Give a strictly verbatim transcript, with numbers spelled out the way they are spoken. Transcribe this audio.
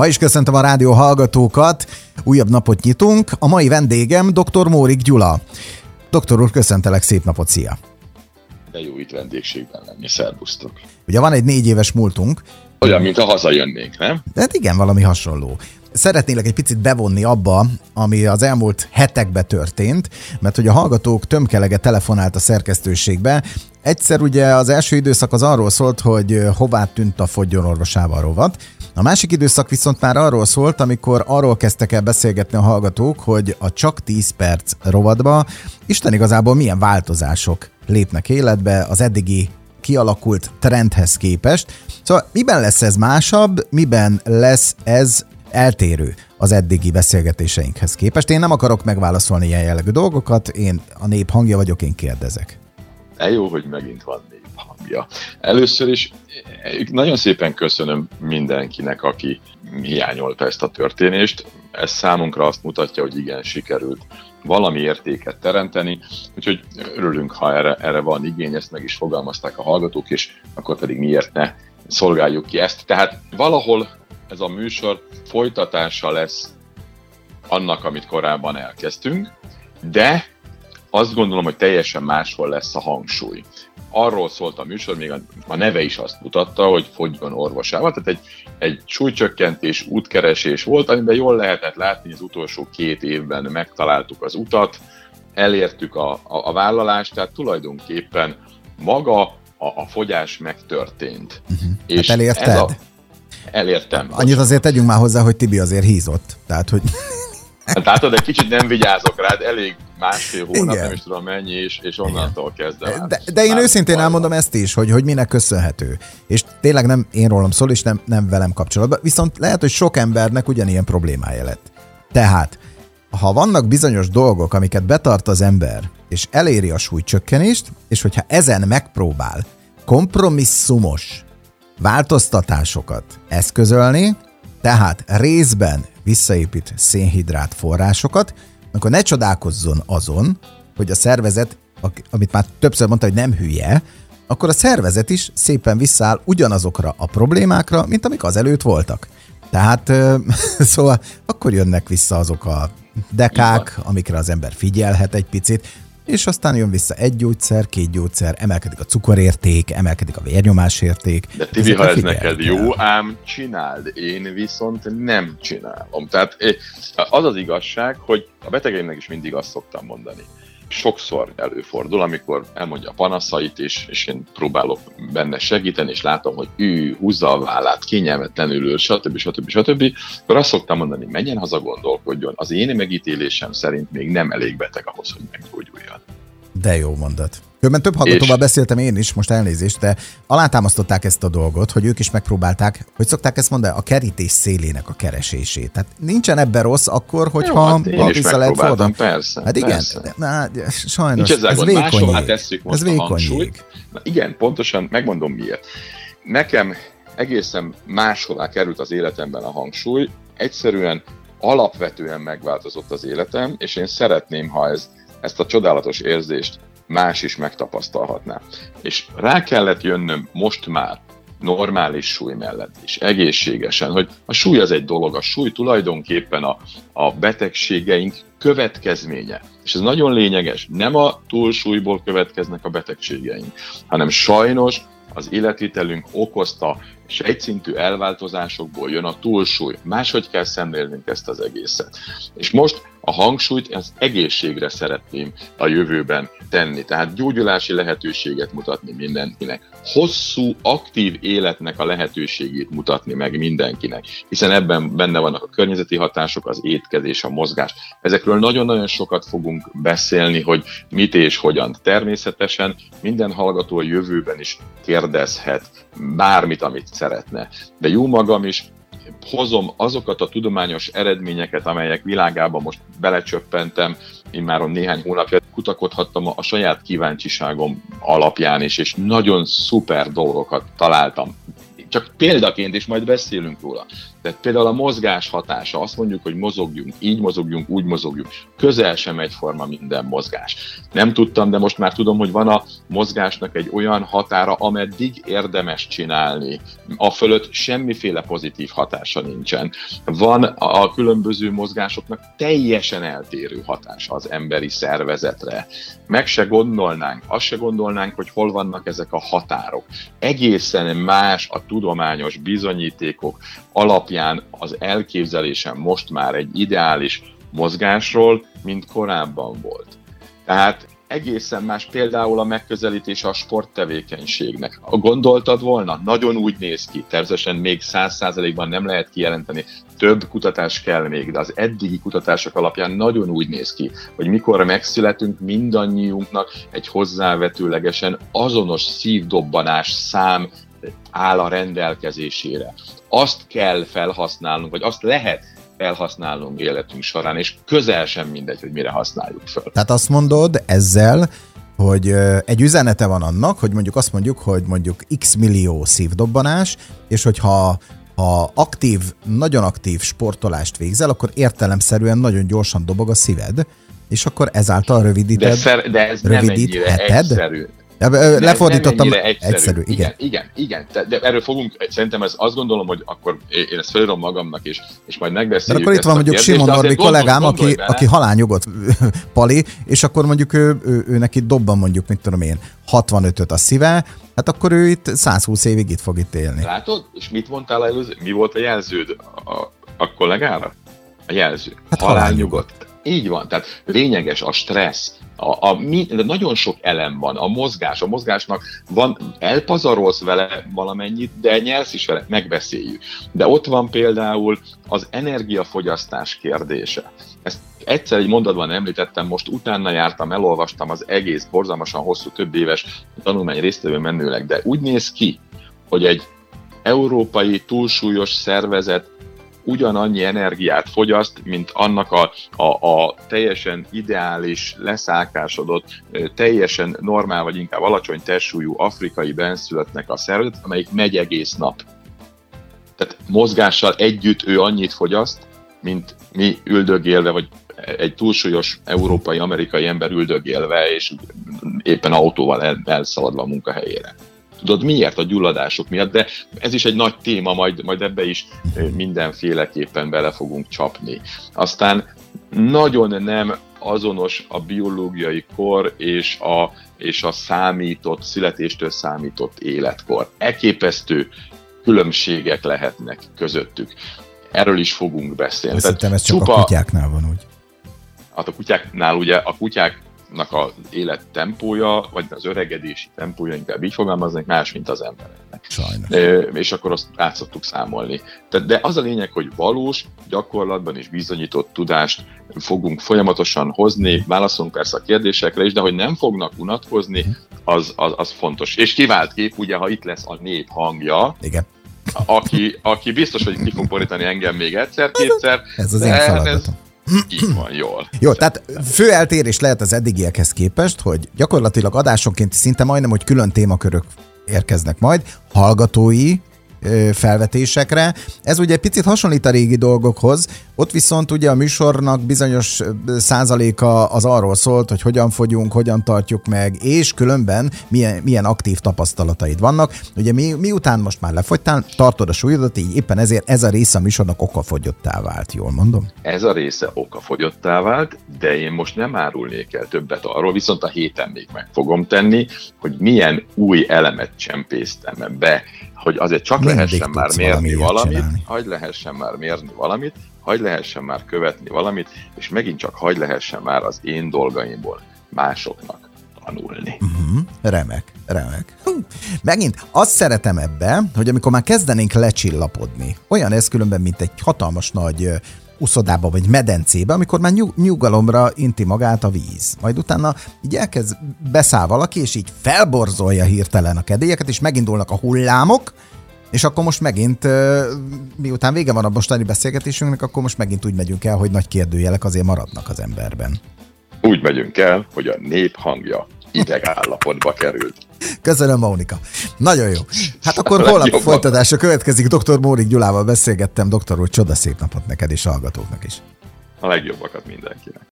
Ma is köszöntöm a rádió hallgatókat, újabb napot nyitunk. A mai vendégem dr. Mórik Gyula. Doktor úr, köszöntelek, szép napot, szia! De jó itt vendégségben lenni, szervusztok! Ugye van egy négy éves múltunk. Olyan, mint ha hazajönnénk, nem? De hát igen, valami hasonló. Szeretnélek egy picit bevonni abba, ami az elmúlt hetekben történt, mert hogy a hallgatók tömkelege telefonált a szerkesztőségbe. Egyszer ugye az első időszak az arról szólt, hogy hová tűnt a Fogjon orvosával rovat. A másik időszak viszont már arról szólt, amikor arról kezdtek el beszélgetni a hallgatók, hogy a Csak tíz perc rovatba Isten igazából milyen változások lépnek életbe az eddigi kialakult trendhez képest. Szóval miben lesz ez másabb, miben lesz ez eltérő az eddigi beszélgetéseinkhez képest? Én nem akarok megválaszolni ilyen jellegű dolgokat, én a nép hangja vagyok, én kérdezek. De jó, hogy megint van nép hangja. Először is nagyon szépen köszönöm mindenkinek, aki hiányolta ezt a történést. Ez számunkra azt mutatja, hogy igen, sikerült valami értéket teremteni, úgyhogy örülünk, ha erre, erre van igény, ezt meg is fogalmazták a hallgatók, és akkor pedig miért ne szolgáljuk ki ezt. Tehát valahol ez a műsor folytatása lesz annak, amit korábban elkezdtünk, de azt gondolom, hogy teljesen máshol lesz a hangsúly. Arról szólt a műsor, még a, a neve is azt mutatta, hogy Fogjon orvosával, tehát egy, egy súlycsökkentés, útkeresés volt, amiben jól lehetett látni, hogy az utolsó két évben megtaláltuk az utat, elértük a, a, a vállalást, tehát tulajdonképpen maga a, a fogyás megtörtént. Uh-huh. És hát elérted? A... Elértem. Annyit azért tegyünk már hozzá, hogy Tibi azért hízott. Tehát, hogy... Hát látod, egy kicsit nem vigyázok rád, elég másfél hónap, igen. Nem is tudom mennyi, és, és onnantól kezdem. De, de én őszintén valami. Elmondom ezt is, hogy, hogy minek köszönhető. És tényleg nem én rólam szól, és nem, nem velem kapcsolatban. Viszont lehet, hogy sok embernek ugyanilyen problémája lett. Tehát, ha vannak bizonyos dolgok, amiket betart az ember, és eléri a súlycsökkenést, és hogyha ezen megpróbál kompromisszumos változtatásokat eszközölni, tehát részben visszaépít szénhidrát forrásokat, akkor ne csodálkozzon azon, hogy a szervezet, amit már többször mondta, hogy nem hülye, akkor a szervezet is szépen visszaáll ugyanazokra a problémákra, mint amik azelőtt voltak. Tehát szóval akkor jönnek vissza azok a dekák, amikre az ember figyelhet egy picit, és aztán jön vissza egy gyógyszer, két gyógyszer, emelkedik a cukorérték, emelkedik a vérnyomásérték. De Tibi, ha ez neked kell. Jó, ám csináld, én viszont nem csinálom. Tehát az az igazság, hogy a betegeimnek is mindig azt szoktam mondani. Sokszor előfordul, amikor elmondja a panaszait, és, és én próbálok benne segíteni, és látom, hogy ő húzza a vállát, kényelmetlenül ül, stb. stb. stb. Akkor azt szoktam mondani, menjen haza, gondolkodjon. Az én megítélésem szerint még nem elég beteg ahhoz, hogy meggyógyuljon. De jó mondat. Különben több hallgatóval és... beszéltem én is, most elnézést, de alátámasztották ezt a dolgot, hogy ők is megpróbálták, hogy szokták ezt mondani, a kerítés szélének a keresését. Tehát nincsen ebben rossz akkor, hogyha hát én is vissza lehet fordulni. Persze. Hát igen, persze. Na, sajnos, ez vékony jég. Ez vékony jég. Na igen, pontosan, megmondom miért. Nekem egészen máshová került az életemben a hangsúly, egyszerűen alapvetően megváltozott az életem, és én szeretném, ha ez, ezt a csodálatos érzést más is megtapasztalhatná. És rá kellett jönnöm most már normális súly mellett is, egészségesen, hogy a súly az egy dolog, a súly tulajdonképpen a, a betegségeink következménye. És ez nagyon lényeges, nem a túlsúlyból következnek a betegségeink, hanem sajnos az életvitelünk okozta sejtszintű elváltozásokból jön a túlsúly. Máshogy kell szemlélnünk ezt az egészet. És most a hangsúlyt az egészségre szeretném a jövőben tenni. Tehát gyógyulási lehetőséget mutatni mindenkinek. Hosszú, aktív életnek a lehetőségét mutatni meg mindenkinek. Hiszen ebben benne vannak a környezeti hatások, az étkezés, a mozgás. Ezekről nagyon-nagyon sokat fogunk beszélni, hogy mit és hogyan. Természetesen minden hallgató a jövőben is kérdezhet bármit, amit szeretne. De jó magam is hozom azokat a tudományos eredményeket, amelyek világában most belecsöppentem, immáron néhány hónapja kutakodhattam a saját kíváncsiságom alapján is, és nagyon szuper dolgokat találtam. csak példaként is majd beszélünk róla. Tehát például a mozgás hatása, azt mondjuk, hogy mozogjunk, így mozogjunk, úgy mozogjunk. Közel sem egyforma minden mozgás. Nem tudtam, de most már tudom, hogy van a mozgásnak egy olyan határa, ameddig érdemes csinálni. A fölött semmiféle pozitív hatása nincsen. Van a különböző mozgásoknak teljesen eltérő hatása az emberi szervezetre. Meg se gondolnánk, azt se gondolnánk, hogy hol vannak ezek a határok. Egészen más a tudományos bizonyítékok alapján az elképzelésem most már egy ideális mozgásról, mint korábban volt. Tehát egészen más például a megközelítése a sporttevékenységnek. Gondoltad volna? Nagyon úgy néz ki, természetesen még száz százalékban nem lehet kijelenteni, több kutatás kell még, de az eddigi kutatások alapján nagyon úgy néz ki, hogy mikor megszületünk, mindannyiunknak egy hozzávetőlegesen azonos szívdobbanás szám áll a rendelkezésére. Azt kell felhasználnunk, vagy azt lehet felhasználnunk életünk során, és közel sem mindegy, hogy mire használjuk fel. Tehát azt mondod ezzel, hogy egy üzenete van annak, hogy mondjuk azt mondjuk, hogy mondjuk x millió szívdobbanás, és hogyha ha aktív, nagyon aktív sportolást végzel, akkor értelemszerűen nagyon gyorsan dobog a szíved, és akkor ezáltal rövidíted, de, szer, de ez nem ennyire egyszerű. Lefordítottam, egyszerű. egyszerű, igen. Igen, igen, igen. De erről fogunk, szerintem ez, azt gondolom, hogy akkor én ezt felírom magamnak, és, és majd megbeszéljük. De akkor itt van mondjuk Simon Norbi kollégám, aki, aki halálnyugodt Pali, és akkor mondjuk ő, ő, ő neki dobban mondjuk, mit tudom én, hatvanötöt a szíve, hát akkor ő itt százhúsz évig itt fog itt élni. Látod? És mit mondtál előző? Mi volt a jelződ a, a kollégára? A jelző. Hát halálnyugodt. Így van, tehát lényeges a stressz. A, a, mi, de nagyon sok elem van, a mozgás, a mozgásnak van, elpazarolsz vele valamennyit, de nyersz is vele, megbeszéljük. De ott van például az energiafogyasztás kérdése. Ezt egyszer egy mondatban említettem, most utána jártam, elolvastam az egész borzalmasan hosszú, több éves tanulmány résztvevő menőleg, de úgy néz ki, hogy egy európai túlsúlyos szervezet ugyanannyi energiát fogyaszt, mint annak a, a, a teljesen ideális, leszálkásodott, teljesen normál, vagy inkább alacsony testsúlyú afrikai benszülöttnek a szervezet, amelyik megy egész nap. Tehát mozgással együtt ő annyit fogyaszt, mint mi üldögélve, vagy egy túlsúlyos európai, amerikai ember üldögélve, és éppen autóval el, elszaladva a munkahelyére. Tudod miért? A gyulladások miatt, de ez is egy nagy téma, majd, majd ebbe is mindenféleképpen bele fogunk csapni. Aztán nagyon nem azonos a biológiai kor és a, és a számított, születéstől számított életkor. Elképesztő különbségek lehetnek közöttük. Erről is fogunk beszélni. Szerintem ez csak csupa, a kutyáknál van úgy. Hát a kutyáknál ugye a kutyák az élet tempója, vagy az öregedési tempója, inkább így fogalmaznak, más, mint az embereknek. Sajnos. E, és akkor azt át szoktuk számolni. Tehát, de az a lényeg, hogy valós, gyakorlatban is bizonyított tudást fogunk folyamatosan hozni, válaszolunk persze a kérdésekre is, de hogy nem fognak unatkozni, az, az, az fontos. És kivált kép, ugye, ha itt lesz a nép hangja, igen. Aki, aki biztos, hogy ki fog borítani engem még egyszer-kétszer. Ez az én feladatom. Így van, jól. Jó, tehát fő eltérés lehet az eddigiekhez képest, hogy gyakorlatilag adásonként szinte majdnem, hogy külön témakörök érkeznek majd, hallgatói felvetésekre. Ez ugye egy picit hasonlít a régi dolgokhoz, ott viszont ugye a műsornak bizonyos százaléka az arról szólt, hogy hogyan fogyunk, hogyan tartjuk meg, és különben milyen, milyen aktív tapasztalataid vannak. Ugye mi, miután most már lefogytál, tartod a súlyodat, így éppen ezért ez a része a műsornak okafogyottá vált, jól mondom? Ez a része okafogyottá vált, de én most nem árulnék el többet arról, viszont a héten még meg fogom tenni, hogy milyen új elemet csempésztem be, hogy azért csak mindig lehessen már mérni valamit, csinálni. hagy lehessen már mérni valamit, hagy lehessen már követni valamit, és megint csak hagy lehessen már az én dolgaimból másoknak tanulni. Uh-huh. Remek, remek. Hú. Megint azt szeretem ebbe, hogy amikor már kezdenénk lecsillapodni, olyan ez különben, mint egy hatalmas nagy uszodába vagy medencébe, amikor már nyug- nyugalomra inti magát a víz. Majd utána így elkezd, beszáll valaki, és így felborzolja hirtelen a kedélyeket, és megindulnak a hullámok, és akkor most megint, miután vége van a mostani beszélgetésünknek, akkor most megint úgy megyünk el, hogy nagy kérdőjelek azért maradnak az emberben. Úgy megyünk el, hogy a nép hangja idegállapotba került. Köszönöm, Mónika. Nagyon jó. Hát akkor holnap folytatása következik. doktor Mórik Gyulával beszélgettem. Doktor úr, csodaszép napot neked és hallgatóknak is. A legjobbakat mindenkinek.